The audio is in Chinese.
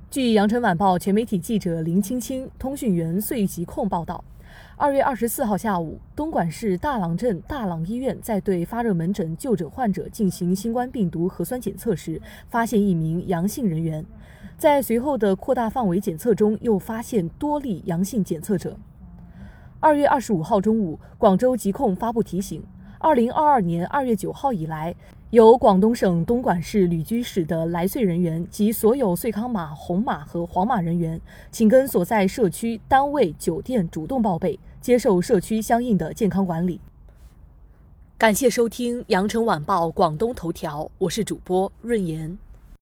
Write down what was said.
据羊城晚报全媒体记者林青青、通讯员穗吉控报道，2月24号下午，东莞市大朗镇大朗医院在对发热门诊就诊患者进行新冠病毒核酸检测时，发现一名阳性人员。在随后的扩大范围检测中，又发现多例阳性检测者。2月25号中午，广州疾控发布提醒：2022年2月9号以来，由广东省东莞市旅居史的来穗人员及所有穗康码、红码和黄码人员，请跟所在社区、单位、酒店主动报备，接受社区相应的健康管理。感谢收听羊城晚报广东头条，我是主播润言。